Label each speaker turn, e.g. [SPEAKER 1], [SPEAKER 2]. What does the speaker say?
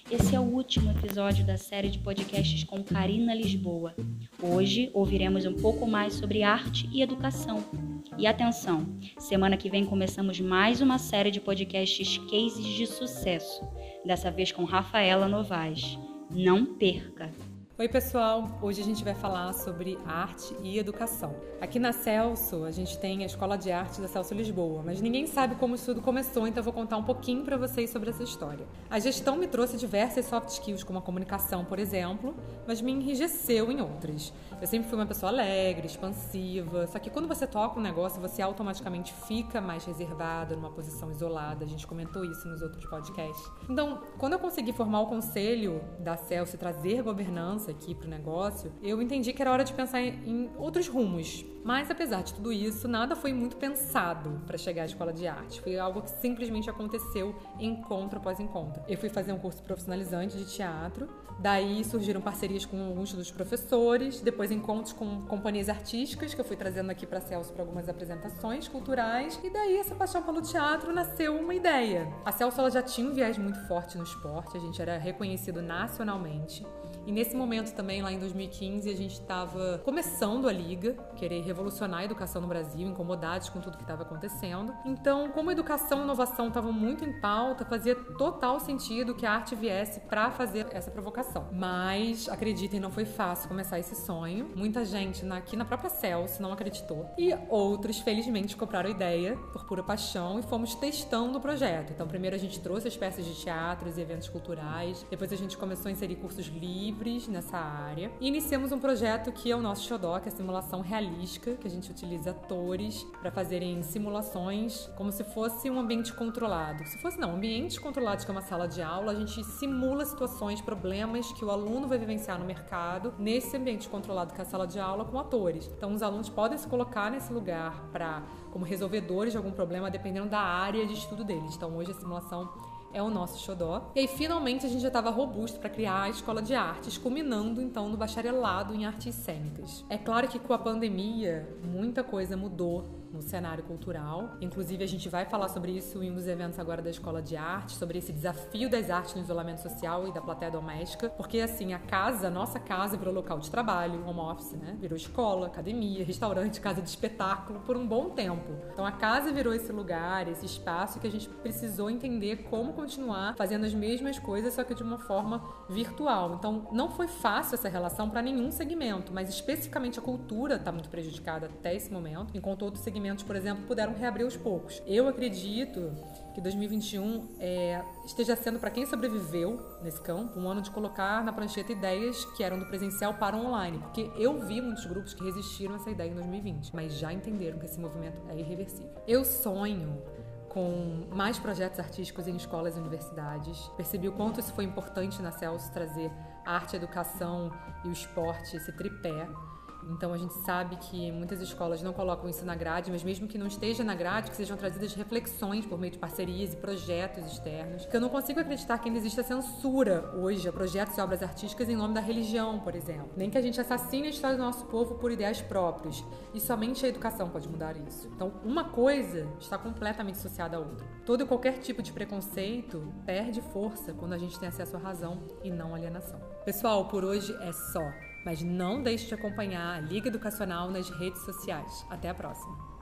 [SPEAKER 1] Esse é o último episódio da série de podcasts com Karina Lisboa. Hoje ouviremos um pouco mais sobre arte e educação. E atenção, semana que vem começamos mais uma série de podcasts Cases de Sucesso, dessa vez com Rafaela Novaes. Não perca!
[SPEAKER 2] Oi pessoal, hoje a gente vai falar sobre arte e educação. Aqui na Celso a gente tem a Escola de Arte da Celso Lisboa, mas ninguém sabe como isso tudo começou, então eu vou contar um pouquinho para vocês sobre essa história. A gestão me trouxe diversas soft skills, como a comunicação, por exemplo, mas me enrijeceu em outras. Eu sempre fui uma pessoa alegre, expansiva, só que quando você toca um negócio, você automaticamente fica mais reservada, numa posição isolada, a gente comentou isso nos outros podcasts. Então, quando eu consegui formar o conselho da Celso e trazer governança aqui para o negócio, eu entendi que era hora de pensar em outros rumos. Mas, apesar de tudo isso, nada foi muito pensado para chegar à escola de arte. Foi algo que simplesmente aconteceu encontro após encontro. Eu fui fazer um curso profissionalizante de teatro, daí surgiram parcerias com alguns dos professores, depois encontros com companhias artísticas, que eu fui trazendo aqui para a Celso para algumas apresentações culturais, e daí essa paixão pelo teatro nasceu uma ideia. A Celso ela já tinha um viés muito forte no esporte, a gente era reconhecido nacionalmente. E nesse momento também, lá em 2015, a gente estava começando a Liga, querer revolucionar a educação no Brasil, incomodados com tudo que estava acontecendo. Então, como educação e inovação estavam muito em pauta, fazia total sentido que a arte viesse para fazer essa provocação. Mas, acreditem, não foi fácil começar esse sonho. Muita gente aqui na própria Celso não acreditou. E outros, felizmente, compraram a ideia por pura paixão e fomos testando o projeto. Então, primeiro a gente trouxe as peças de teatros e eventos culturais. Depois a gente começou a inserir cursos livres nessa área e iniciamos um projeto que é o nosso xodó, que é a simulação realística, que a gente utiliza atores para fazerem simulações como se fosse um ambiente controlado. Se fosse não, ambiente controlado, que é uma sala de aula, a gente simula situações, problemas que o aluno vai vivenciar no mercado nesse ambiente controlado que é a sala de aula com atores. Então os alunos podem se colocar nesse lugar como resolvedores de algum problema, dependendo da área de estudo deles. Então hoje a simulação é o nosso xodó. E aí, finalmente, a gente já estava robusto para criar a Escola de Artes, culminando, então, no bacharelado em artes cênicas. É claro que com a pandemia, muita coisa mudou no cenário cultural. Inclusive, a gente vai falar sobre isso em um dos eventos agora da Escola de Arte, sobre esse desafio das artes no isolamento social e da plateia doméstica, porque, assim, a nossa casa virou local de trabalho, home office, né? Virou escola, academia, restaurante, casa de espetáculo por um bom tempo. Então, a casa virou esse lugar, esse espaço que a gente precisou entender como continuar fazendo as mesmas coisas, só que de uma forma virtual. Então, não foi fácil essa relação para nenhum segmento, mas especificamente a cultura está muito prejudicada até esse momento, enquanto outros segmentos, por exemplo, puderam reabrir aos poucos. Eu acredito que 2021 esteja sendo, para quem sobreviveu nesse campo, um ano de colocar na prancheta ideias que eram do presencial para o online, porque eu vi muitos grupos que resistiram a essa ideia em 2020, mas já entenderam que esse movimento é irreversível. Eu sonho com mais projetos artísticos em escolas e universidades. Percebi o quanto isso foi importante na Celso, trazer a arte, a educação e o esporte, esse tripé. Então a gente sabe que muitas escolas não colocam isso na grade, mas mesmo que não esteja na grade, que sejam trazidas reflexões por meio de parcerias e projetos externos. Porque eu não consigo acreditar que ainda exista censura hoje a projetos e obras artísticas em nome da religião, por exemplo. Nem que a gente assassine a história do nosso povo por ideais próprios. E somente a educação pode mudar isso. Então uma coisa está completamente associada à outra. Todo e qualquer tipo de preconceito perde força quando a gente tem acesso à razão e não à alienação. Pessoal, por hoje é só. Mas não deixe de acompanhar a Liga Educacional nas redes sociais. Até a próxima!